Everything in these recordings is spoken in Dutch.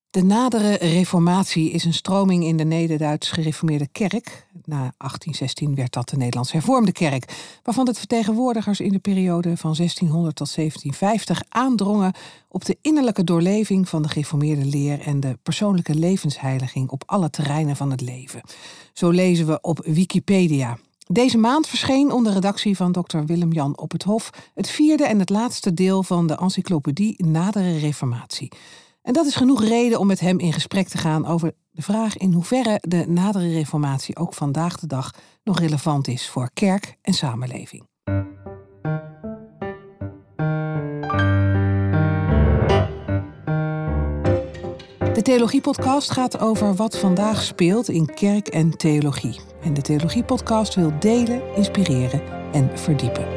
De nadere reformatie is een stroming in de Nederduits gereformeerde kerk. Na 1816 werd dat de Nederlands hervormde kerk, waarvan de vertegenwoordigers in de periode van 1600 tot 1750 aandrongen op de innerlijke doorleving van de gereformeerde leer en de persoonlijke levensheiliging op alle terreinen van het leven. Zo lezen we op Wikipedia. Deze maand verscheen onder redactie van Dr. Willem-Jan Op 't Hof het 4e en het laatste deel van de encyclopedie Nadere Reformatie. En dat is genoeg reden om met hem in gesprek te gaan over de vraag in hoeverre de nadere reformatie ook vandaag de dag nog relevant is voor kerk en samenleving. De Theologiepodcast gaat over wat vandaag speelt in kerk en theologie. En de Theologiepodcast wil delen, inspireren en verdiepen.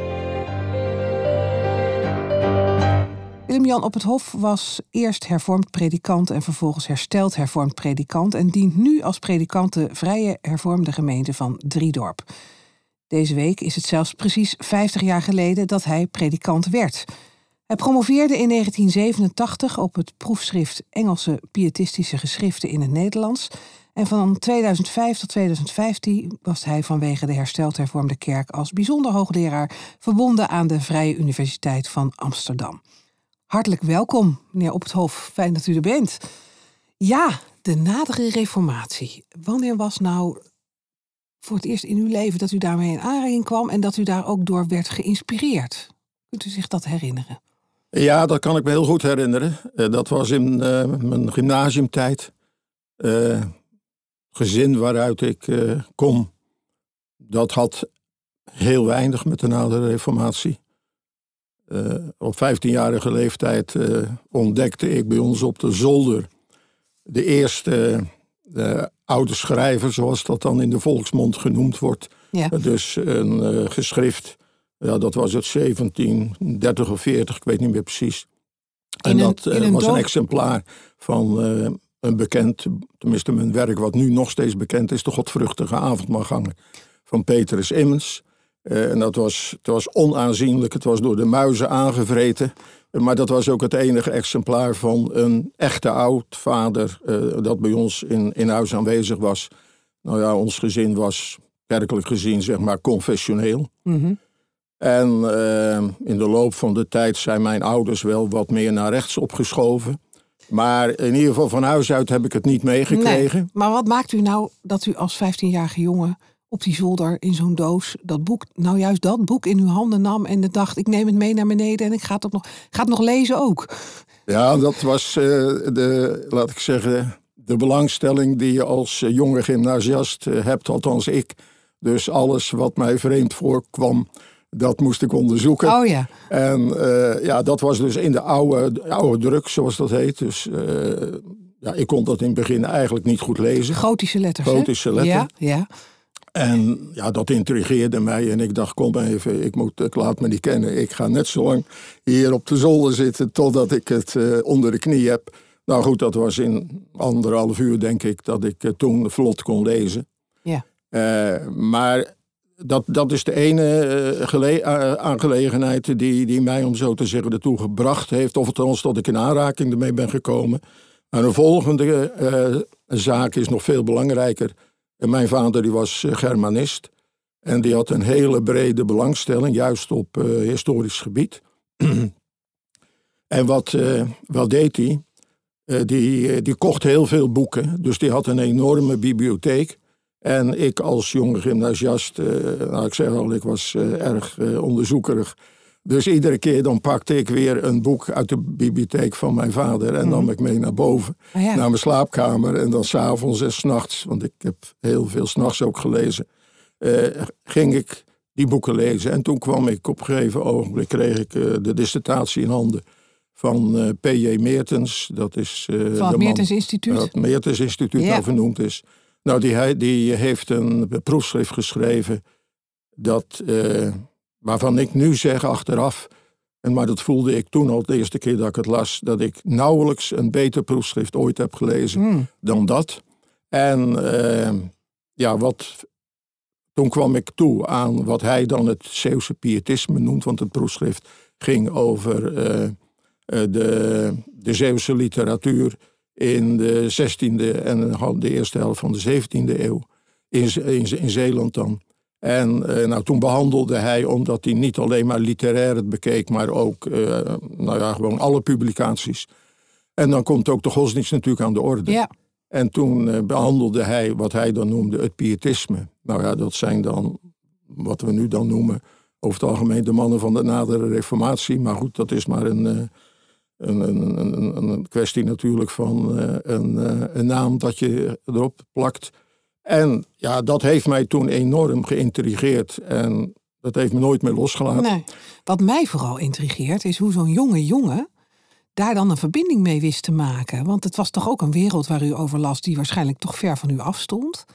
Willem-Jan Op 't Hof was eerst hervormd predikant en vervolgens hersteld hervormd predikant en dient nu als predikant de Vrije Hervormde Gemeente van Driedorp. Deze week is het zelfs precies 50 jaar geleden dat hij predikant werd. Hij promoveerde in 1987 op het proefschrift Engelse pietistische geschriften in het Nederlands. En van 2005 tot 2015 was hij vanwege de hersteld hervormde kerk als bijzonder hoogleraar verbonden aan de Vrije Universiteit van Amsterdam. Hartelijk welkom, meneer Op 't Hof. Fijn dat u er bent. Ja, de nadere reformatie. Wanneer was nou voor het eerst in uw leven dat u daarmee in aanraking kwam en dat u daar ook door werd geïnspireerd? Kunt u zich dat herinneren? Ja, dat kan ik me heel goed herinneren. Dat was in mijn gymnasiumtijd. Gezin waaruit ik kom, dat had heel weinig met de nadere reformatie. Op 15-jarige leeftijd ontdekte ik bij ons op de zolder de eerste oude schrijver, zoals dat dan in de volksmond genoemd wordt. Ja. Dus een geschrift, ja, dat was het 1730 of 40, ik weet niet meer precies. En dat was een exemplaar van een bekend, tenminste mijn werk wat nu nog steeds bekend is, de Godvruchtige Avondmahlgangen van Petrus Immens. En het was onaanzienlijk, het was door de muizen aangevreten. Maar dat was ook het enige exemplaar van een echte oudvader dat bij ons in huis aanwezig was. Nou ja, ons gezin was kerkelijk gezien, zeg maar, confessioneel. Mm-hmm. En in de loop van de tijd zijn mijn ouders wel wat meer naar rechts opgeschoven. Maar in ieder geval van huis uit heb ik het niet meegekregen. Nee, maar wat maakt u nou dat u als 15-jarige jongen op die zolder in zo'n doos dat boek, nou juist dat boek in uw handen nam en dacht, ik neem het mee naar beneden en ik ga het nog lezen ook? Ja, dat was laat ik zeggen, de belangstelling die je als jonge gymnasiast hebt, althans ik. Dus alles wat mij vreemd voorkwam, dat moest ik onderzoeken. Oh ja. En dat was dus in de oude druk, zoals dat heet. Dus ik kon dat in het begin eigenlijk niet goed lezen. Gotische letters, Gotische letters. Ja. En ja, dat intrigeerde mij en ik dacht, kom even, ik laat me niet kennen. Ik ga net zo lang hier op de zolder zitten totdat ik het onder de knie heb. Nou goed, dat was in 1,5 uur denk ik dat ik toen vlot kon lezen. Ja. Maar dat is de ene aangelegenheid die mij, om zo te zeggen, ertoe gebracht heeft. Of althans dat ik in aanraking ermee ben gekomen. Maar een volgende zaak is nog veel belangrijker. En mijn vader die was Germanist. En die had een hele brede belangstelling, juist op historisch gebied. En wat deed hij? Die kocht heel veel boeken. Dus die had een enorme bibliotheek. En ik als jonge gymnasiast, ik zeg al, ik was erg onderzoekerig. Dus iedere keer dan pakte ik weer een boek uit de bibliotheek van mijn vader en nam ik mee naar boven, naar mijn slaapkamer. En dan 's avonds en 's nachts, want ik heb heel veel 's nachts ook gelezen, ging ik die boeken lezen. En toen kwam ik op een gegeven ogenblik, kreeg ik de dissertatie in handen van P.J. Meertens. Dat is van het Meertens Instituut. Het Meertens Instituut daar vernoemd is. Nou, die heeft een proefschrift geschreven dat, waarvan ik nu zeg achteraf, maar dat voelde ik toen al de eerste keer dat ik het las, dat ik nauwelijks een beter proefschrift ooit heb gelezen dan dat. En toen kwam ik toe aan wat hij dan het Zeeuwse pietisme noemt, want het proefschrift ging over de Zeeuwse literatuur in de 16e en de eerste helft van de 17e eeuw. In Zeeland dan. En toen behandelde hij, omdat hij niet alleen maar literair het bekeek, maar ook gewoon alle publicaties. En dan komt ook de godsdienst natuurlijk aan de orde. Ja. En toen behandelde hij wat hij dan noemde het pietisme. Nou ja, dat zijn dan wat we nu dan noemen over het algemeen de mannen van de nadere reformatie. Maar goed, dat is maar een kwestie natuurlijk van een naam dat je erop plakt. En ja, dat heeft mij toen enorm geïntrigeerd. En dat heeft me nooit meer losgelaten. Nee. Wat mij vooral intrigeert is hoe zo'n jonge jongen daar dan een verbinding mee wist te maken. Want het was toch ook een wereld waar u over las die waarschijnlijk toch ver van u afstond.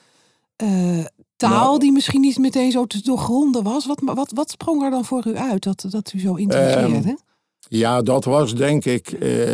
Taal die misschien niet meteen zo te doorgronden was. Wat sprong er dan voor u uit dat u zo intrigeerde? Ja, dat was denk ik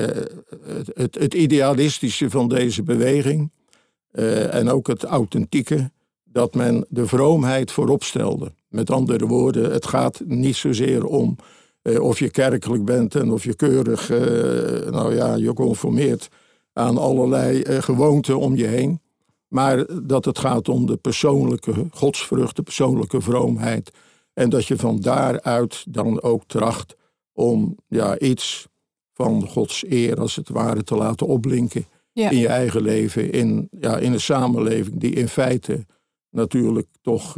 het idealistische van deze beweging. En ook het authentieke, dat men de vroomheid voorop stelde. Met andere woorden, het gaat niet zozeer om of je kerkelijk bent en of je keurig je conformeert aan allerlei gewoonten om je heen. Maar dat het gaat om de persoonlijke godsvrucht, de persoonlijke vroomheid. En dat je van daaruit dan ook tracht om iets van Gods eer als het ware te laten opblinken. Ja. In je eigen leven, in een samenleving die in feite natuurlijk toch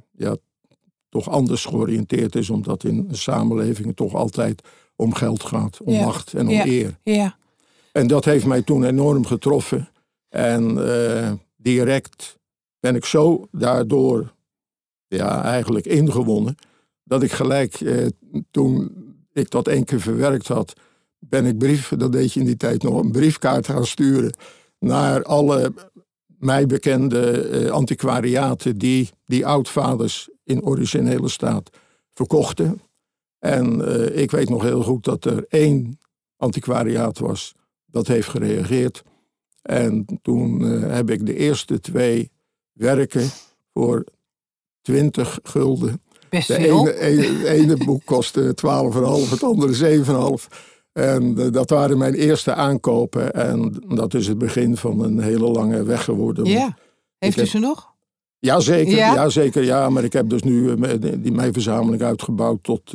anders georiënteerd is, omdat in een samenleving het toch altijd om geld gaat, om macht en om eer. Ja. En dat heeft mij toen enorm getroffen. En direct ben ik zo daardoor eigenlijk ingewonnen, dat ik gelijk toen ik dat 1 keer verwerkt had, ben ik dat deed je in die tijd nog, een briefkaart gaan sturen naar alle mij bekende antiquariaten die oudvaders in originele staat verkochten. En ik weet nog heel goed dat er 1 antiquariaat was dat heeft gereageerd. En toen heb ik de eerste 2 werken voor 20 gulden. Best veel. Het ene boek kostte 12,5, het andere 7,5. En dat waren mijn eerste aankopen. En dat is het begin van een hele lange weg geworden. Ja. Heeft u ze nog? Jazeker, ja. Maar ik heb dus nu mijn verzameling uitgebouwd tot,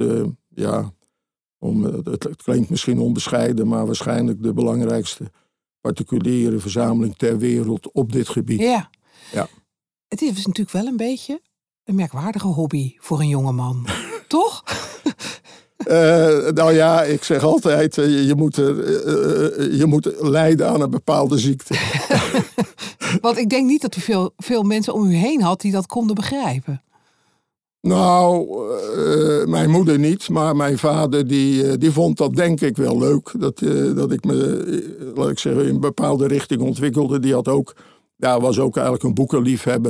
het klinkt misschien onbescheiden, maar waarschijnlijk de belangrijkste particuliere verzameling ter wereld op dit gebied. Ja. Het is natuurlijk wel een beetje een merkwaardige hobby voor een jongeman. Toch? Ik zeg altijd, je moet lijden aan een bepaalde ziekte. Want ik denk niet dat u veel mensen om u heen had die dat konden begrijpen. Nou, mijn moeder niet, maar mijn vader die vond dat denk ik wel leuk. Dat ik me, laat ik zeggen, in een bepaalde richting ontwikkelde. Die was ook eigenlijk een boekenliefhebber.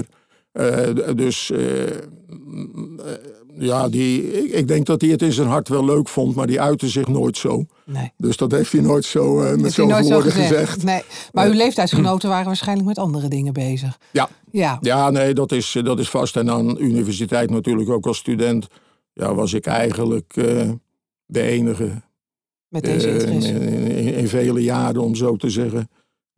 Ik denk dat hij het in zijn hart wel leuk vond, maar die uitte zich nooit zo. Nee. Dus dat heeft hij nooit zo met zo'n woorden gezegd. Nee. Maar uw leeftijdsgenoten waren waarschijnlijk met andere dingen bezig. Ja, nee, dat is vast. En aan de universiteit natuurlijk ook als student was ik eigenlijk de enige. Met deze interesse. In vele jaren, om zo te zeggen.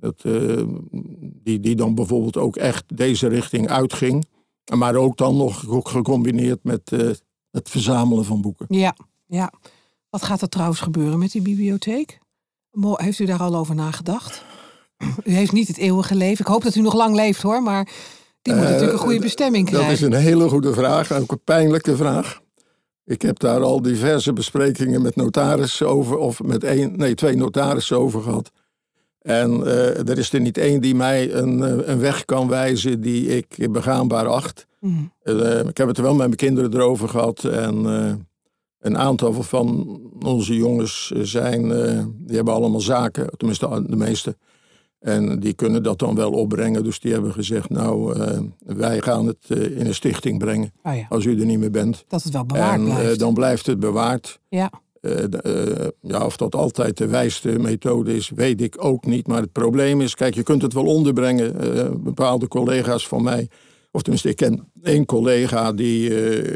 Die dan bijvoorbeeld ook echt deze richting uitging. Maar ook dan nog gecombineerd met het verzamelen van boeken. Ja. Wat gaat er trouwens gebeuren met die bibliotheek? Heeft u daar al over nagedacht? U heeft niet het eeuwige leven. Ik hoop dat u nog lang leeft hoor, maar die moet natuurlijk een goede bestemming krijgen. Dat is een hele goede vraag, ook een pijnlijke vraag. Ik heb daar al diverse besprekingen met notarissen over, of met 2 notarissen over gehad. En er is er niet 1 die mij een weg kan wijzen die ik begaanbaar acht. Mm. Ik heb het er wel met mijn kinderen erover gehad. En een aantal van onze jongens die hebben allemaal zaken, tenminste de meeste. En die kunnen dat dan wel opbrengen. Dus die hebben gezegd, wij gaan het in een stichting brengen. Als u er niet meer bent. Dat het wel bewaard blijft. En dan blijft het bewaard. Ja. Of dat altijd de wijste methode is, weet ik ook niet. Maar het probleem is, kijk, je kunt het wel onderbrengen. Bepaalde collega's van mij, of tenminste, ik ken 1 collega die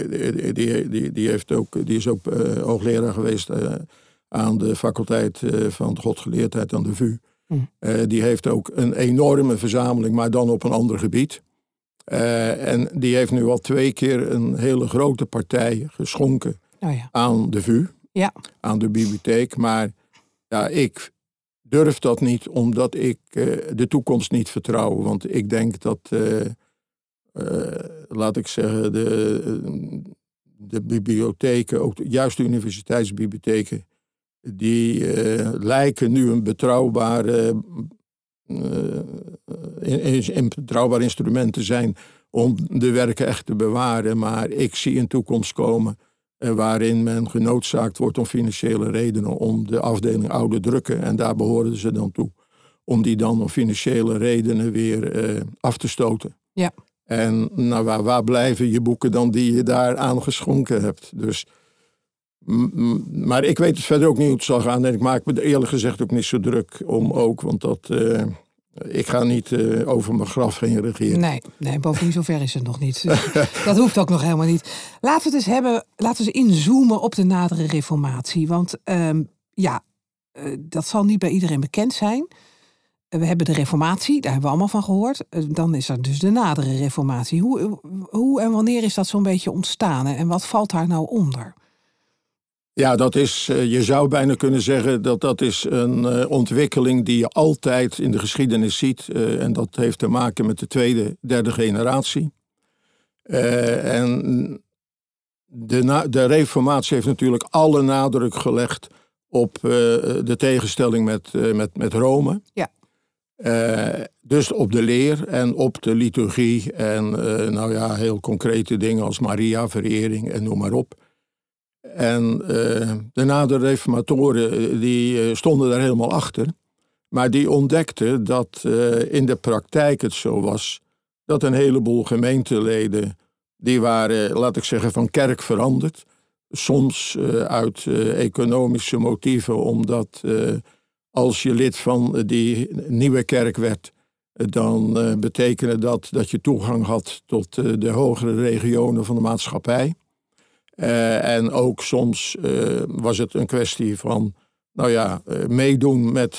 is ook hoogleraar geweest aan de faculteit van Godgeleerdheid aan de VU. Die heeft ook een enorme verzameling, maar dan op een ander gebied. En die heeft nu al 2 keer een hele grote partij geschonken aan de VU, aan de bibliotheek. Maar ja, ik durf dat niet, omdat ik de toekomst niet vertrouw. Want ik denk dat, laat ik zeggen, de bibliotheken, ook juist de universiteitsbibliotheken, die lijken nu een betrouwbaar instrument te zijn om de werken echt te bewaren. Maar ik zie een toekomst komen waarin men genoodzaakt wordt om financiële redenen om de afdeling oude drukken, en daar behoren ze dan toe, om die dan om financiële redenen weer af te stoten. Ja. En nou, waar blijven je boeken dan die je daar aan geschonken hebt? Dus, maar ik weet het verder ook niet hoe het zal gaan. En ik maak me er eerlijk gezegd ook niet zo druk om ook. Want dat, ik ga niet over mijn graf heen regeren. Nee, bovendien zover is het nog niet. Dat hoeft ook nog helemaal niet. Laten we het eens hebben, laten we eens inzoomen op de nadere reformatie. Want dat zal niet bij iedereen bekend zijn. We hebben de reformatie, daar hebben we allemaal van gehoord. Dan is er dus de nadere reformatie. Hoe en wanneer is dat zo'n beetje ontstaan? En wat valt daar nou onder? Ja, dat is, je zou bijna kunnen zeggen dat is een ontwikkeling die je altijd in de geschiedenis ziet. En dat heeft te maken met de tweede, derde generatie. En de reformatie heeft natuurlijk alle nadruk gelegd op de tegenstelling met Rome. Ja. Dus op de leer en op de liturgie en heel concrete dingen als Maria-verering en noem maar op. En de nadere reformatoren die stonden daar helemaal achter. Maar die ontdekten dat in de praktijk het zo was dat een heleboel gemeenteleden, die waren, laat ik zeggen, van kerk veranderd. Soms uit economische motieven, omdat als je lid van die nieuwe kerk werd, dan betekende dat je toegang had tot de hogere regionen van de maatschappij. En ook soms was het een kwestie van meedoen met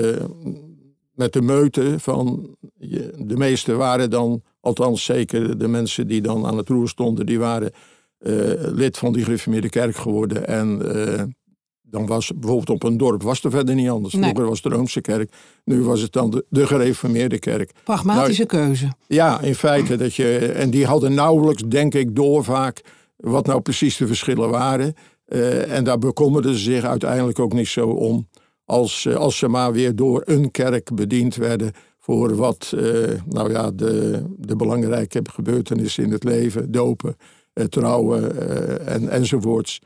de meute van de meesten waren dan, althans zeker de mensen die dan aan het roer stonden, die waren lid van die gereformeerde kerk geworden. En dan was bijvoorbeeld op een dorp was er verder niet anders. Nee. Vroeger was de Roomse kerk, nu was het dan de gereformeerde kerk. Pragmatische keuze. Ja, in feite. En die hadden nauwelijks, denk ik, door vaak wat nou precies de verschillen waren. En daar bekommerden ze zich uiteindelijk ook niet zo om. Als ze maar weer door een kerk bediend werden voor wat de belangrijke gebeurtenissen in het leven, dopen, trouwen enzovoorts.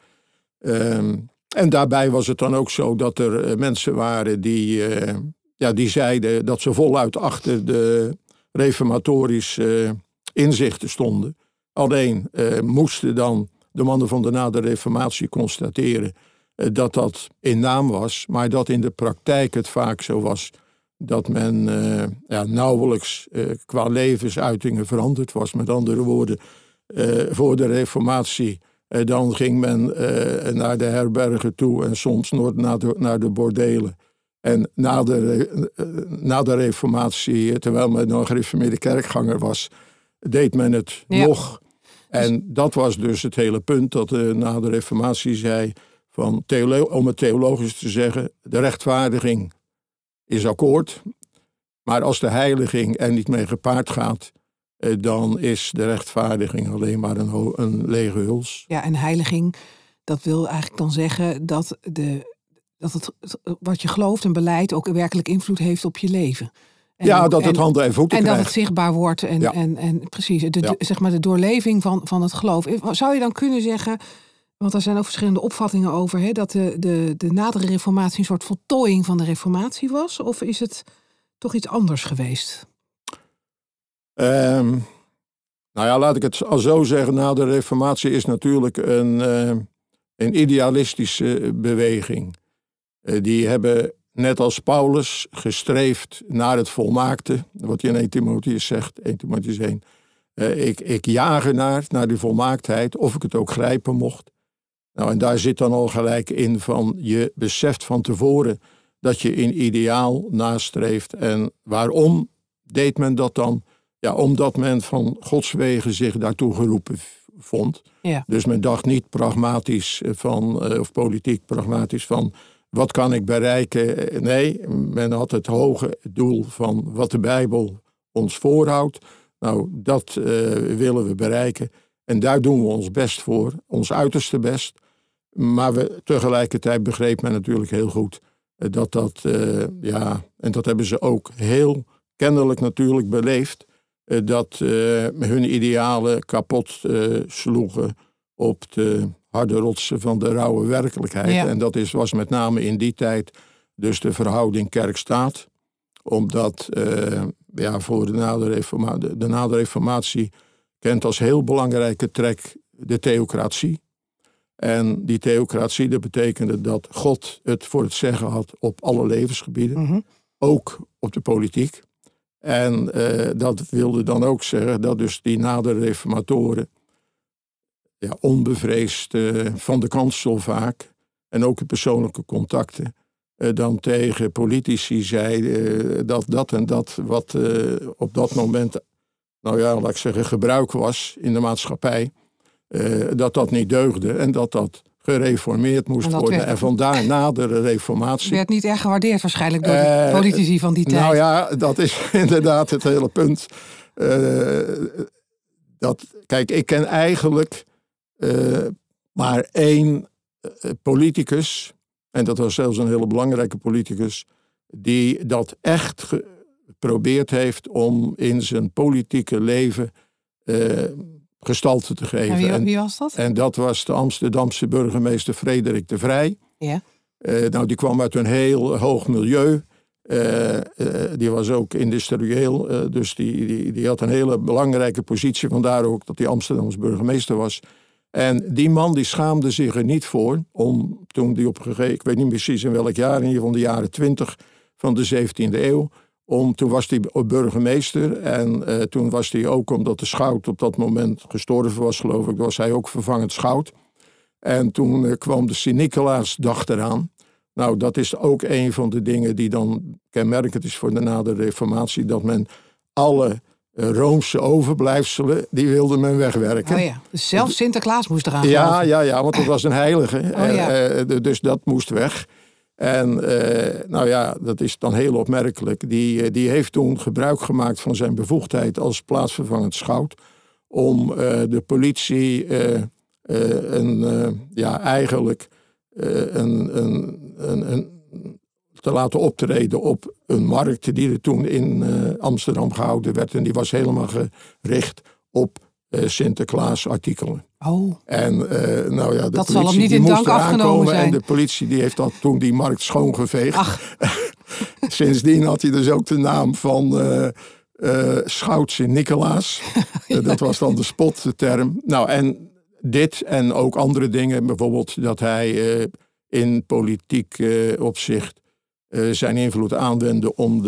En daarbij was het dan ook zo dat er mensen waren die zeiden dat ze voluit achter de reformatorische inzichten stonden. Alleen moesten dan de mannen van de nadere reformatie constateren dat in naam was, maar dat in de praktijk het vaak zo was dat men nauwelijks qua levensuitingen veranderd was. Met andere woorden, voor de reformatie dan ging men naar de herbergen toe en soms naar de bordelen. En na de reformatie, terwijl men nog een gereformeerde kerkganger was, deed men het nog. En dat was dus het hele punt dat na de reformatie zei, om het theologisch te zeggen, de rechtvaardiging is akkoord. Maar als de heiliging er niet mee gepaard gaat, dan is de rechtvaardiging alleen maar een lege huls. Ja, en heiliging, dat wil eigenlijk dan zeggen dat het wat je gelooft en beleidt ook werkelijk invloed heeft op je leven. Dat het handen en voeten en krijgt. Dat het zichtbaar wordt en precies, zeg maar de doorleving van het geloof. Zou je dan kunnen zeggen, want er zijn ook verschillende opvattingen over, dat de nadere reformatie een soort voltooiing van de reformatie was? Of is het toch iets anders geweest? Laat ik het al zo zeggen. Na de reformatie is natuurlijk een idealistische beweging. Die hebben, net als Paulus, gestreefd naar het volmaakte. Wat hij in 1 Timotheus zegt, 1 Timotheus 1. Ik jaag ernaar, naar die volmaaktheid, of ik het ook grijpen mocht. Nou, en daar zit dan al gelijk in van, je beseft van tevoren dat je een ideaal nastreeft. En waarom deed men dat dan? Ja, omdat men van Gods wegen zich daartoe geroepen vond. Ja. Dus men dacht niet pragmatisch of politiek pragmatisch van wat kan ik bereiken? Nee, men had het hoge doel van wat de Bijbel ons voorhoudt. Nou, dat willen we bereiken. En daar doen we ons best voor, ons uiterste best. Maar tegelijkertijd begreep men natuurlijk heel goed en dat hebben ze ook heel kennelijk natuurlijk beleefd, dat hun idealen kapot sloegen op de harde rotsen van de rauwe werkelijkheid. Ja. En dat was met name in die tijd dus de verhouding kerk-staat. Omdat voor de nadere reformatie kent als heel belangrijke trek de theocratie. En die theocratie, dat betekende dat God het voor het zeggen had op alle levensgebieden. Mm-hmm. Ook op de politiek. En dat wilde dan ook zeggen dat dus die nadere reformatoren onbevreesd van de kansel vaak en ook in persoonlijke contacten dan tegen politici zeiden dat en dat wat op dat moment, laat ik zeggen, gebruik was in de maatschappij, dat niet deugde en dat gereformeerd moest worden. En vandaar nadere reformatie. Het werd niet erg gewaardeerd waarschijnlijk door de politici van die tijd. Nou ja, dat is inderdaad het hele punt. Kijk, ik ken eigenlijk maar één politicus, en dat was zelfs een hele belangrijke politicus, die dat echt geprobeerd heeft om in zijn politieke leven gestalte te geven. En wie was dat? En dat was de Amsterdamse burgemeester Frederik de Vrij. Ja. Die kwam uit een heel hoog milieu. Die was ook industrieel. Dus die had een hele belangrijke positie. Vandaar ook dat hij Amsterdamse burgemeester was. En die man die schaamde zich er niet voor om toen die ik weet niet precies in welk jaar, in ieder geval de jaren 20 van de 17e eeuw. Toen was hij burgemeester en toen was hij ook, omdat de schout op dat moment gestorven was, geloof ik, was hij ook vervangend schout. En toen kwam de Sint-Nicolaasdag eraan. Nou, dat is ook een van de dingen die dan kenmerkend is voor de nadere reformatie, dat men alle Roomse overblijfselen, die wilde men wegwerken. Oh ja, dus zelfs Sinterklaas moest eraan geloven. Ja, want dat was een heilige. Oh dus dat moest weg. En dat is dan heel opmerkelijk. Die heeft toen gebruik gemaakt van zijn bevoegdheid als plaatsvervangend schout om de politie te laten optreden op een markt die er toen in Amsterdam gehouden werd. En die was helemaal gericht op Sinterklaas artikelen. Oh. En dat zal hem niet in dank afgenomen zijn. En de politie die heeft toen die markt schoongeveegd. Sindsdien had hij dus ook de naam van Schout Sint-Nicolaas. Dat was dan de spotterm. Nou, en dit en ook andere dingen. Bijvoorbeeld dat hij in politiek opzicht zijn invloed aanwendde om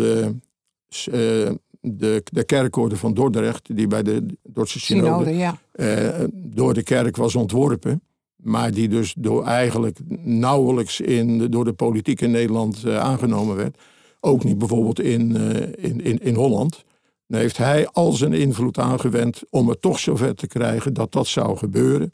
de kerkorde van Dordrecht, die bij de Dordtse synode door de kerk was ontworpen, maar die dus eigenlijk nauwelijks door de politiek in Nederland aangenomen werd. Ook niet bijvoorbeeld in Holland. Dan heeft hij al zijn invloed aangewend om het toch zover te krijgen dat zou gebeuren.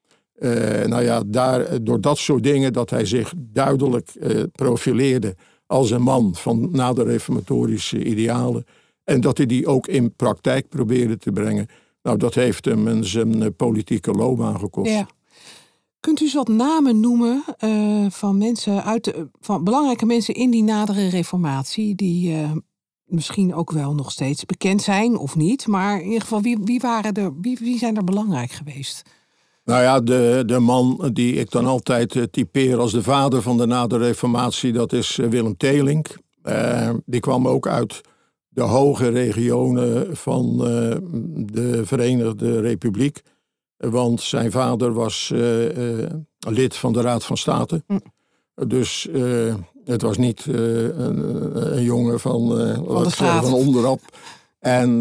Door dat soort dingen, dat hij zich duidelijk profileerde als een man van nadere reformatorische idealen. En dat hij die ook in praktijk probeerde te brengen. Nou, dat heeft hem zijn politieke loopbaan gekost. Ja. Kunt u eens wat namen noemen van mensen van belangrijke mensen in die nadere reformatie, die misschien ook wel nog steeds bekend zijn of niet, maar in ieder geval wie zijn er belangrijk geweest? Nou ja, de man die ik dan altijd typeer als de vader van de nadere reformatie, dat is Willem Teelink. Die kwam ook uit de hoge regionen van de Verenigde Republiek. Want zijn vader was lid van de Raad van State. Dus het was niet een jongen van onderop. En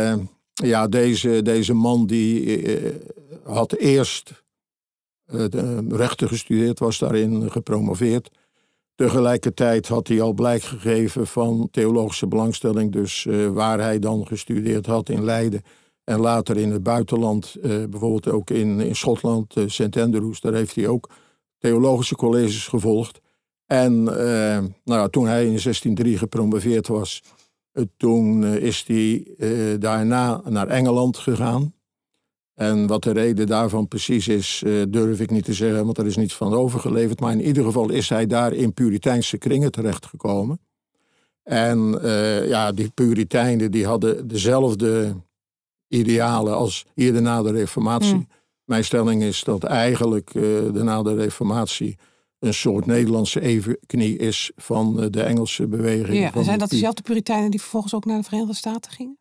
deze man die had eerst rechten gestudeerd, was daarin gepromoveerd. Tegelijkertijd had hij al blijk gegeven van theologische belangstelling. Dus waar hij dan gestudeerd had in Leiden en later in het buitenland, bijvoorbeeld ook in Schotland, St. Andrews, daar heeft hij ook theologische colleges gevolgd. En toen hij in 1603 gepromoveerd was, toen is hij daarna naar Engeland gegaan. En wat de reden daarvan precies is, durf ik niet te zeggen, want er is niets van overgeleverd. Maar in ieder geval is hij daar in Puriteinse kringen terechtgekomen. En die Puritijnen die hadden dezelfde idealen als hier na de Reformatie. Mijn stelling is dat eigenlijk na de Reformatie een soort Nederlandse evenknie is van de Engelse beweging. Ja, en zijn dat dezelfde Puritijnen die vervolgens ook naar de Verenigde Staten gingen?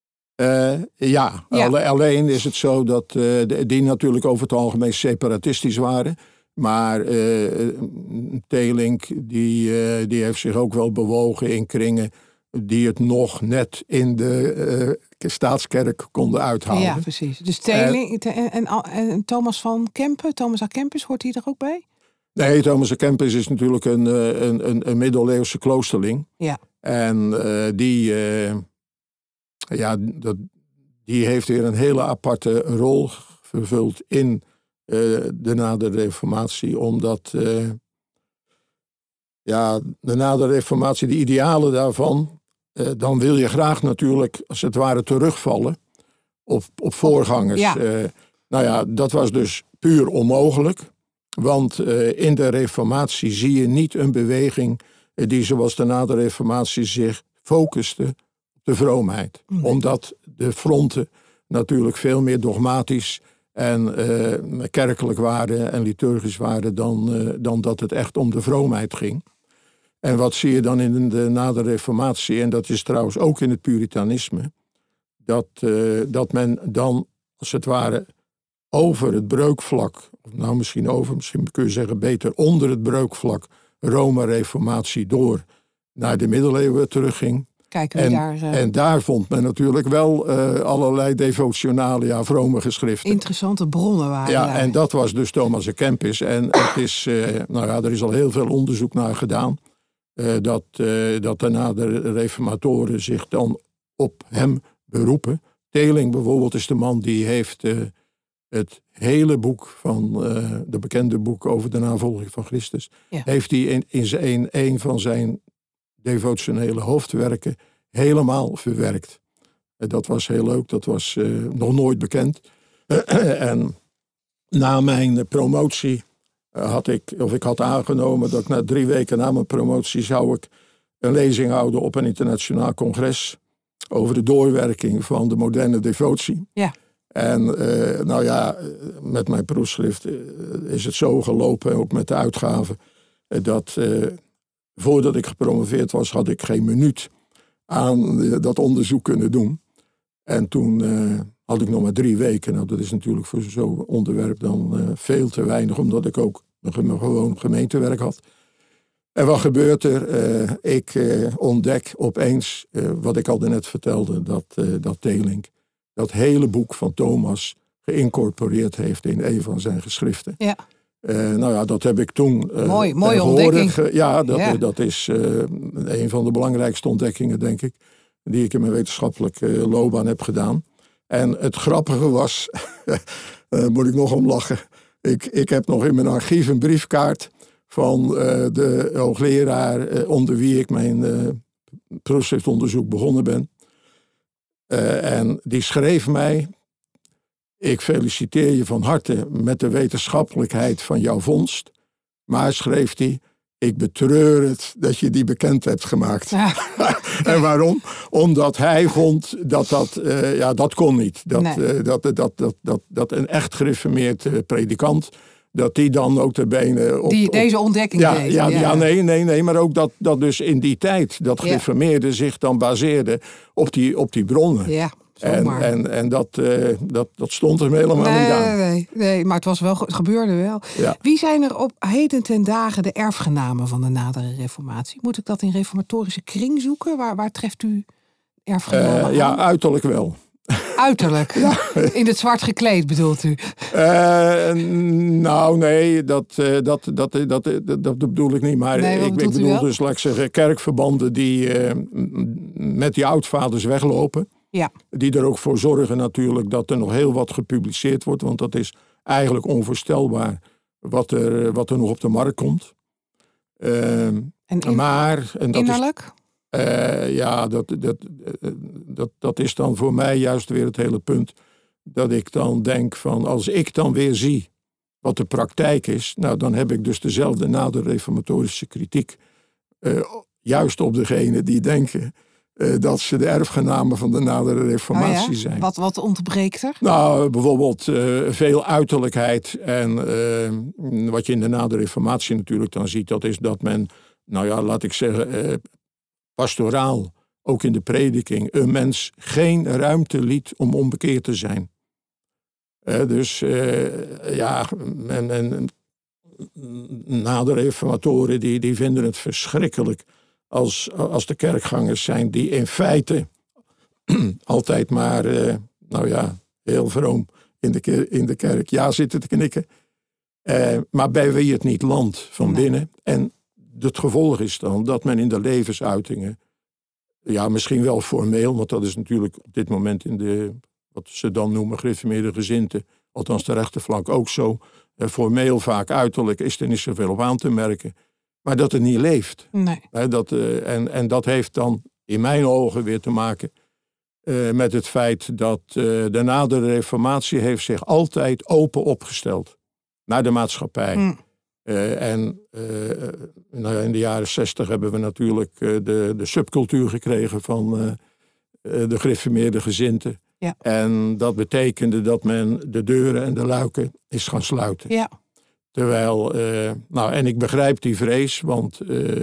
Alleen is het zo dat die natuurlijk over het algemeen separatistisch waren. Maar Teylink die heeft zich ook wel bewogen in kringen die het nog net in de staatskerk konden uithouden. Ja, precies. Dus Teylink en Thomas van Kempen, Thomas à Kempis, hoort hij er ook bij? Nee, Thomas à Kempis is natuurlijk een middeleeuwse kloosterling. Ja. En die heeft weer een hele aparte rol vervuld in na de Reformatie. Omdat na de Reformatie, de idealen daarvan, dan wil je graag natuurlijk, als het ware, terugvallen op voorgangers. Ja. Dat was dus puur onmogelijk. Want in de Reformatie zie je niet een beweging die zoals na de Reformatie zich focuste op de vroomheid. Nee. Omdat de fronten natuurlijk veel meer dogmatisch en kerkelijk waren en liturgisch waren dan dat het echt om de vroomheid ging. En wat zie je dan na de Reformatie, en dat is trouwens ook in het Puritanisme, dat men dan als het ware over het breukvlak, misschien kun je zeggen beter onder het breukvlak Rome-reformatie door naar de middeleeuwen terugging. En daar vond men natuurlijk wel allerlei devotionalia, vrome geschriften. Interessante bronnen waren daar. En dat was dus Thomas à Kempis. En het is, er is al heel veel onderzoek naar gedaan. Dat daarna de reformatoren zich dan op hem beroepen. Teylink bijvoorbeeld is de man die heeft het hele boek van de bekende boek over de navolging van Christus, heeft hij in een van zijn devotionele hoofdwerken helemaal verwerkt. Dat was heel leuk, dat was nog nooit bekend. En na mijn promotie ik had aangenomen dat ik 3 weken na mijn promotie zou ik een lezing houden op een internationaal congres over de doorwerking van de moderne devotie. Ja. En met mijn proefschrift is het zo gelopen, ook met de uitgaven, dat voordat ik gepromoveerd was, had ik geen minuut aan dat onderzoek kunnen doen. En toen had ik nog maar 3 weken. Nou, dat is natuurlijk voor zo'n onderwerp dan veel te weinig, omdat ik ook gewoon gemeentewerk had. En wat gebeurt er? Ik ontdek opeens, wat ik al net vertelde, dat Teylink dat hele boek van Thomas geïncorporeerd heeft in een van zijn geschriften. Ja. Dat heb ik toen mooie ontdekking. Dat is een van de belangrijkste ontdekkingen, denk ik, die ik in mijn wetenschappelijke loopbaan heb gedaan. En het grappige was, moet ik nog om lachen, ik heb nog in mijn archief een briefkaart van de hoogleraar onder wie ik mijn proefschriftonderzoek begonnen ben. En die schreef mij: ik feliciteer je van harte met de wetenschappelijkheid van jouw vondst. Maar, schreef hij, ik betreur het dat je die bekend hebt gemaakt. Ja. En waarom? Omdat hij vond dat kon niet. Dat een echt gereformeerd predikant, dat die dan ook de benen deze ontdekking deed. Nee, maar ook dat dus in die tijd dat gereformeerde zich dan baseerde op die bronnen. Ja. En dat stond hem helemaal niet aan. Nee, maar het gebeurde wel. Ja. Wie zijn er op heden ten dagen de erfgenamen van de nadere reformatie? Moet ik dat in reformatorische kring zoeken? Waar treft u erfgenamen aan? Ja, uiterlijk wel. Uiterlijk. In het zwart gekleed bedoelt u? Nou, nee, dat bedoel ik niet. Maar nee, ik bedoel dus, laat ik zeggen, kerkverbanden die met die oudvaders weglopen. Ja. Die er ook voor zorgen natuurlijk dat er nog heel wat gepubliceerd wordt. Want dat is eigenlijk onvoorstelbaar wat er nog op de markt komt. Innerlijk? Dat is dan voor mij juist weer het hele punt. Dat ik dan denk van, als ik dan weer zie wat de praktijk is, nou dan heb ik dus dezelfde naderreformatorische kritiek. Juist op degene die denken dat ze de erfgenamen van de nadere reformatie zijn. Wat ontbreekt er? Nou, bijvoorbeeld veel uiterlijkheid. En wat je in de nadere reformatie natuurlijk dan ziet, dat is dat men, nou ja, laat ik zeggen, pastoraal, ook in de prediking, een mens geen ruimte liet om onbekeerd te zijn. Nadere reformatoren die vinden het verschrikkelijk als de kerkgangers zijn die in feite altijd maar, heel vroom in de kerk ja zitten te knikken. Maar bij wie het niet landt van binnen. En het gevolg is dan dat men in de levensuitingen, ja, misschien wel formeel, want dat is natuurlijk op dit moment in de, wat ze dan noemen, gereformeerde gezindten, althans de rechterflank ook zo, formeel vaak uiterlijk is er niet zoveel op aan te merken. Maar dat het niet leeft. Nee. En dat heeft dan in mijn ogen weer te maken met het feit dat de nadere reformatie heeft zich altijd open opgesteld naar de maatschappij. In de jaren 60 hebben we natuurlijk de subcultuur gekregen van de gereformeerde gezindten. Ja. En dat betekende dat men de deuren en de luiken is gaan sluiten. Ja. Terwijl, en ik begrijp die vrees, want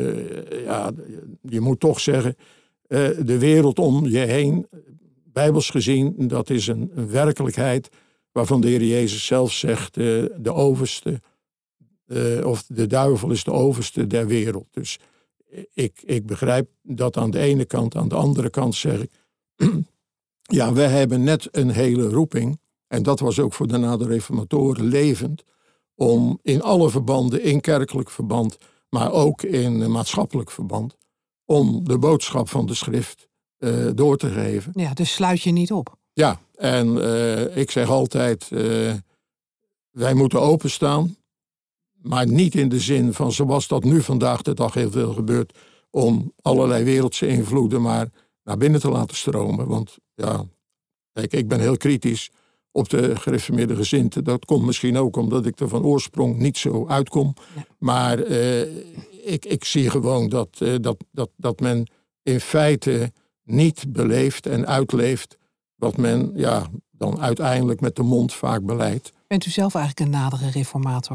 je moet toch zeggen, de wereld om je heen, bijbels gezien, dat is een werkelijkheid waarvan de Heer Jezus zelf zegt, de overste, of de duivel is de overste der wereld. Dus ik begrijp dat aan de ene kant, aan de andere kant zeg ik, ja, we hebben net een hele roeping, en dat was ook voor de nadere reformatoren levend, om in alle verbanden, in kerkelijk verband, maar ook in maatschappelijk verband, om de boodschap van de schrift door te geven. Ja, dus sluit je niet op. Ja, en ik zeg altijd, wij moeten openstaan, maar niet in de zin van, zoals dat nu vandaag de dag heel veel gebeurt, om allerlei wereldse invloeden maar naar binnen te laten stromen. Want ja, kijk, ik ben heel kritisch op de gereformeerde gezindten. Dat komt misschien ook omdat ik er van oorsprong niet zo uitkom. Ja. Maar ik zie gewoon dat men in feite niet beleeft en uitleeft wat men dan uiteindelijk met de mond vaak beleidt. Bent u zelf eigenlijk een nadere reformator?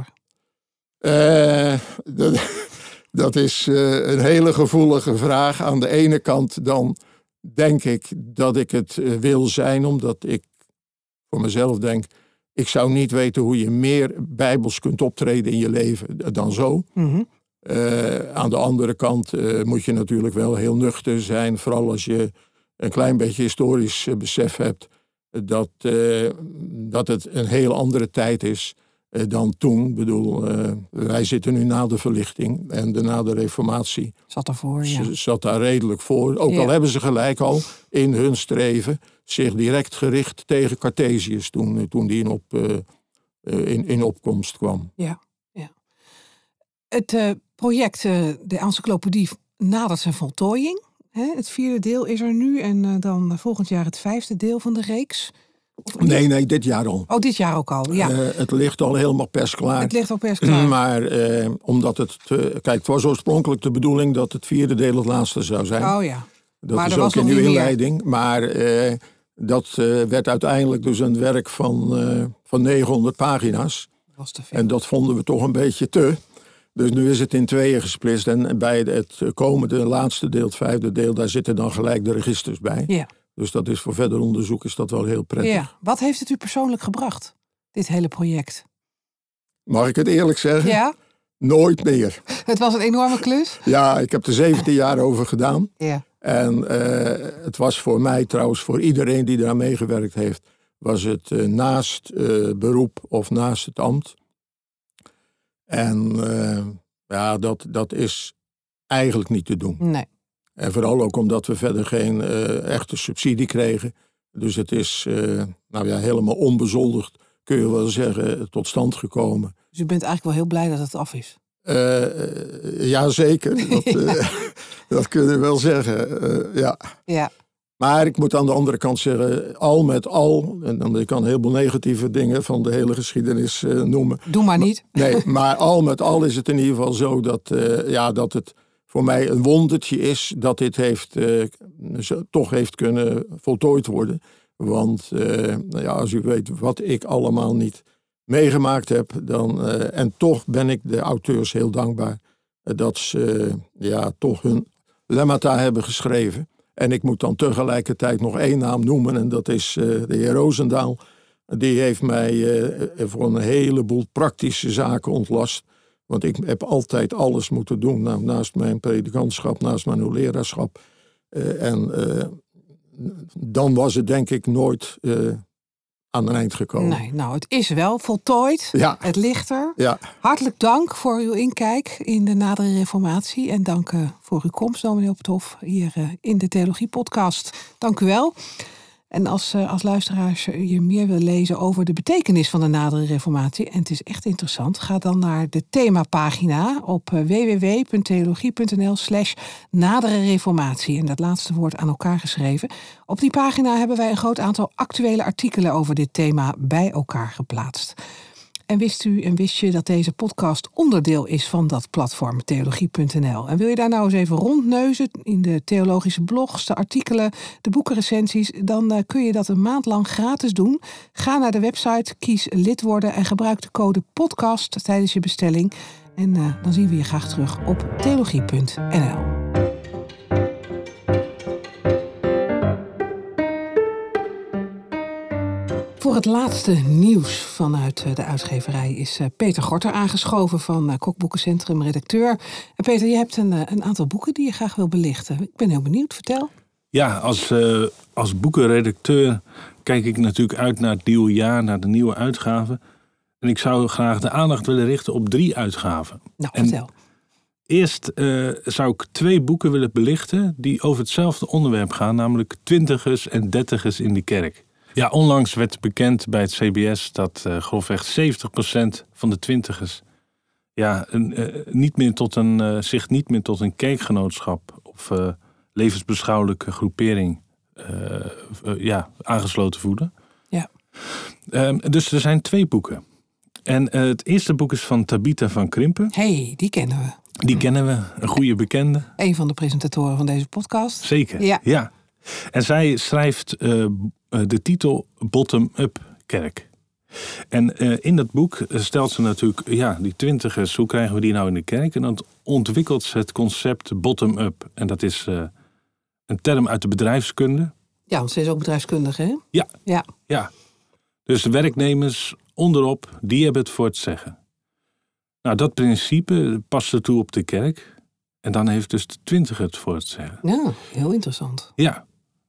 Dat is een hele gevoelige vraag. Aan de ene kant dan denk ik dat ik het wil zijn, omdat ik voor mezelf denk, ik zou niet weten hoe je meer bijbels kunt optreden in je leven dan zo. Mm-hmm. Aan de andere kant moet je natuurlijk wel heel nuchter zijn, vooral als je een klein beetje historisch besef hebt dat het een heel andere tijd is dan toen. Ik bedoel, wij zitten nu na de verlichting en na de reformatie. Zat ervoor, ja. Zat daar redelijk voor. Ook al hebben ze gelijk al in hun streven zich direct gericht tegen Cartesius toen die in opkomst kwam. Ja. Het project, de encyclopedie, nadert zijn voltooiing. Het 4e deel is er nu en dan volgend jaar het 5e deel van de reeks. Nee, dit jaar al. Oh, dit jaar ook al, ja. Het ligt al helemaal persklaar. Het ligt al persklaar. Maar omdat het was oorspronkelijk de bedoeling dat het 4e deel het laatste zou zijn. Oh ja. Dat maar is ook in uw inleiding. Maar dat werd uiteindelijk dus een werk van 900 pagina's. Dat was te veel. En dat vonden we toch een beetje te. Dus nu is het in 2 gesplitst. En bij het komende laatste deel, het 5e deel, daar zitten dan gelijk de registers bij. Ja. Dus dat is voor verder onderzoek is dat wel heel prettig. Ja. Wat heeft het u persoonlijk gebracht, dit hele project? Mag ik het eerlijk zeggen? Ja. Nooit meer. Het was een enorme klus? Ja, ik heb er 17 jaar over gedaan. Ja. En het was voor mij trouwens, voor iedereen die daar meegewerkt heeft, was het naast beroep of naast het ambt. En dat is eigenlijk niet te doen. Nee. En vooral ook omdat we verder geen echte subsidie kregen. Dus het is helemaal onbezoldigd, kun je wel zeggen, tot stand gekomen. Dus u bent eigenlijk wel heel blij dat het af is? Ja, zeker. Dat kun je wel zeggen. Ja. Maar ik moet aan de andere kant zeggen, al met al, en ik kan heel veel negatieve dingen van de hele geschiedenis noemen. Doe maar niet. Nee, maar al met al is het in ieder geval zo dat het voor mij een wondertje is dat dit toch heeft kunnen voltooid worden. Want als u weet wat ik allemaal niet meegemaakt heb, en toch ben ik de auteurs heel dankbaar dat ze toch hun lemmata hebben geschreven. En ik moet dan tegelijkertijd nog één naam noemen en dat is de heer Roosendaal. Die heeft mij voor een heleboel praktische zaken ontlast. Want ik heb altijd alles moeten doen. Nou, naast mijn predikantschap, naast mijn leraarschap. Dan was het denk ik nooit aan een eind gekomen. Nee, nou het is wel voltooid. Ja. Het ligt er. Ja. Hartelijk dank voor uw inkijk in de nadere reformatie. En dank voor uw komst, dominee Op het Hof, hier in de Theologie Podcast. Dank u wel. En als luisteraars je meer wil lezen over de betekenis van de nadere reformatie, en het is echt interessant, ga dan naar de themapagina op www.theologie.nl/nadere reformatie. En dat laatste woord aan elkaar geschreven. Op die pagina hebben wij een groot aantal actuele artikelen over dit thema bij elkaar geplaatst. En wist je dat deze podcast onderdeel is van dat platform theologie.nl? En wil je daar nou eens even rondneuzen in de theologische blogs, de artikelen, de boekenrecensies, dan kun je dat een maand lang gratis doen. Ga naar de website, kies lid worden en gebruik de code podcast tijdens je bestelling. En dan zien we je graag terug op theologie.nl. Voor het laatste nieuws vanuit de uitgeverij is Peter Gorter aangeschoven van Kokboekencentrum, redacteur. En Peter, je hebt een aantal boeken die je graag wil belichten. Ik ben heel benieuwd, vertel. Ja, als boekenredacteur kijk ik natuurlijk uit naar het nieuwe jaar, naar de nieuwe uitgaven. En ik zou graag de aandacht willen richten op 3 uitgaven. Nou, vertel. Eerst zou ik 2 boeken willen belichten die over hetzelfde onderwerp gaan, namelijk 20ers en 30ers in de kerk. Ja, onlangs werd bekend bij het CBS dat grofweg 70% van de 20ers zich niet meer tot een kerkgenootschap of levensbeschouwelijke groepering aangesloten voelen. Ja. Dus er zijn 2 boeken. En het eerste boek is van Tabitha van Krimpen. Hey, die kennen we. Die kennen we, een goede bekende. Een van de presentatoren van deze podcast. Zeker, ja. En zij schrijft de titel Bottom-up kerk. En in dat boek stelt ze natuurlijk, die 20ers, hoe krijgen we die nou in de kerk? En dan ontwikkelt ze het concept bottom-up. En dat is een term uit de bedrijfskunde. Ja, want ze is ook bedrijfskundige, hè? Ja. Dus de werknemers onderop, die hebben het voor het zeggen. Nou, dat principe past er toe op de kerk. En dan heeft dus de 20er het voor het zeggen. Ja, heel interessant. Ja.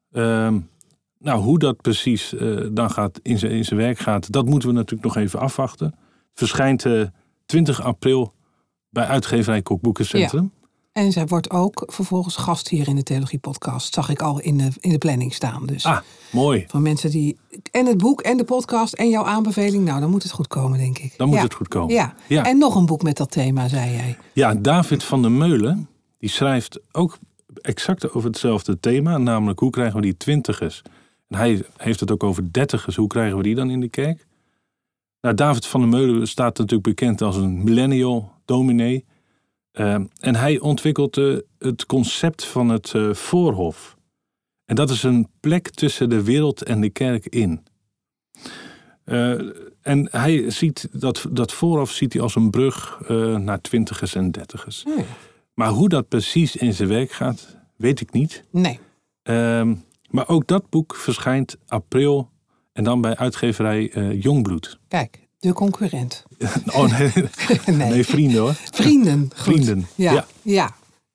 Hoe dat precies dan gaat in zijn werk gaat, dat moeten we natuurlijk nog even afwachten. Het verschijnt 20 april bij uitgeverij Kokboekencentrum. Ja. En zij wordt ook vervolgens gast hier in de Theologie Podcast. Zag ik al in de planning staan. Dus mooi. Van mensen die en het boek en de podcast en jouw aanbeveling. Nou, dan moet het goed komen, denk ik. Dan moet het goed komen. Ja. En nog een boek met dat thema, zei jij. Ja, David van der Meulen, die schrijft ook exact over hetzelfde thema. Namelijk, hoe krijgen we die 20ers? En hij heeft het ook over 30ers. Hoe krijgen we die dan in de kerk? Nou, David van der Meulen staat natuurlijk bekend als een millennial dominee. En hij ontwikkelt het concept van het voorhof. En dat is een plek tussen de wereld en de kerk in. En hij ziet dat voorhof ziet hij als een brug naar 20ers en 30ers. Ja. Maar hoe dat precies in zijn werk gaat, weet ik niet. Nee. Maar ook dat boek verschijnt april en dan bij uitgeverij Jongbloed. Kijk, de concurrent. Oh nee, nee, vrienden hoor. Vrienden. Goed. Vrienden. Ja.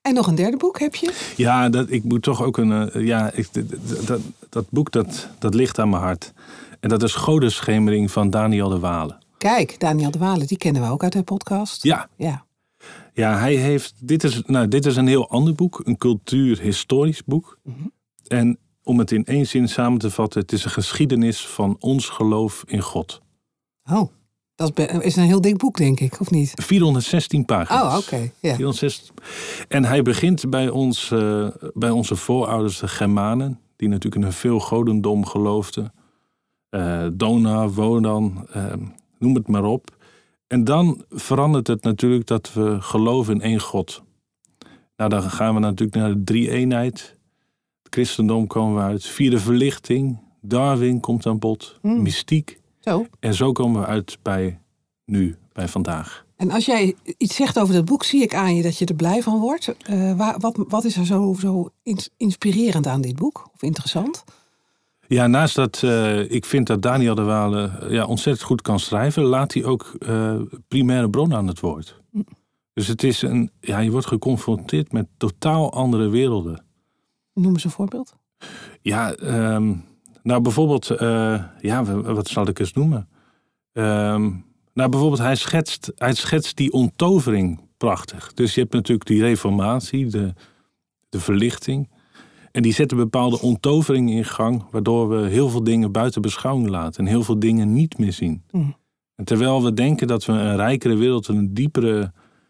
En nog een derde boek heb je? Ja, ik moet toch ook dat boek dat ligt aan mijn hart. En dat is Godenschemering van Daniel de Wale. Kijk, Daniel de Wale, die kennen we ook uit de podcast. Ja. Ja, hij heeft. Dit is een heel ander boek, een cultuurhistorisch boek. Mm-hmm. En om het in één zin samen te vatten, het is een geschiedenis van ons geloof in God. Oh, dat is een heel dik boek, denk ik, of niet? 416 pagina's. Oh, oké. Yeah. 416. En hij begint bij onze voorouders, de Germanen, die natuurlijk in een veel godendom geloofden. Dona, Wodan, noem het maar op. En dan verandert het natuurlijk dat we geloven in één God. Nou, dan gaan we natuurlijk naar de drie-eenheid. Het christendom komen we uit. Vierde verlichting. Darwin komt aan bod. Mystiek. Zo. En zo komen we uit bij vandaag. En als jij iets zegt over dat boek, zie ik aan je dat je er blij van wordt. Wat is er zo inspirerend aan dit boek? Of interessant? Ja, naast dat ik vind dat Daniel de Wale ontzettend goed kan schrijven, laat hij ook primaire bron aan het woord. Dus het is je wordt geconfronteerd met totaal andere werelden. Noem eens een voorbeeld. Ja, nou bijvoorbeeld, wat zal ik eens noemen? Nou bijvoorbeeld, hij schetst die onttovering prachtig. Dus je hebt natuurlijk die reformatie, de verlichting. En die zetten bepaalde onttoveringen in gang, waardoor we heel veel dingen buiten beschouwing laten en heel veel dingen niet meer zien. En terwijl we denken dat we een rijkere wereld en een diepere,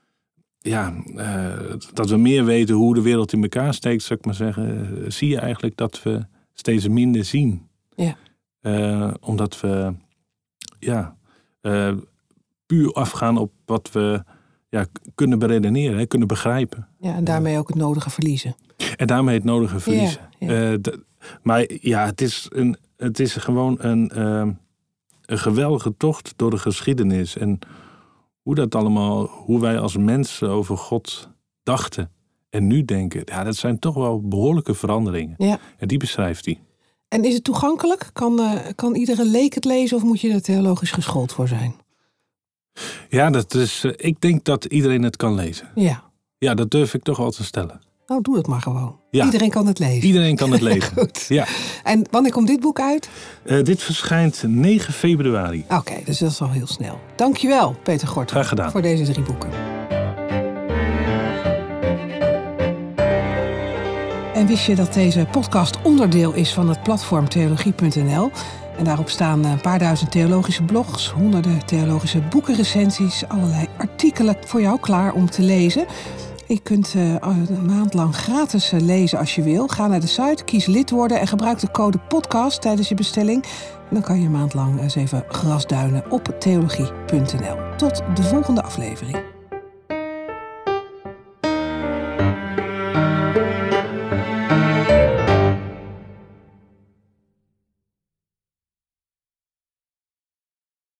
dat we meer weten hoe de wereld in elkaar steekt, zou ik maar zeggen, zie je eigenlijk dat we steeds minder zien. Ja. Omdat we puur afgaan op wat we kunnen beredeneren, kunnen begrijpen. Ja, en daarmee ook het nodige verliezen. En daarmee het nodige verliezen. Ja. Maar ja, het is gewoon een geweldige tocht door de geschiedenis. En hoe wij als mensen over God dachten en nu denken. Ja, dat zijn toch wel behoorlijke veranderingen. Ja. En die beschrijft hij. En is het toegankelijk? Kan iedere leek het lezen of moet je er theologisch geschoold voor zijn? Ja, ik denk dat iedereen het kan lezen. Ja. Ja, dat durf ik toch wel te stellen. Nou, doe het maar gewoon. Ja. Iedereen kan het lezen. Iedereen kan het lezen. Goed. Ja. En wanneer komt dit boek uit? Dit verschijnt 9 februari. Oké, dus dat is al heel snel. Dankjewel, Peter Gorter. Graag gedaan. Voor deze 3 boeken. En wist je dat deze podcast onderdeel is van het platform theologie.nl? En daarop staan een paar duizend theologische blogs, honderden theologische boekenrecensies, allerlei artikelen voor jou klaar om te lezen. Je kunt een maand lang gratis lezen als je wil. Ga naar de site, kies lid worden en gebruik de code podcast tijdens je bestelling. En dan kan je een maand lang eens even grasduinen op theologie.nl. Tot de volgende aflevering.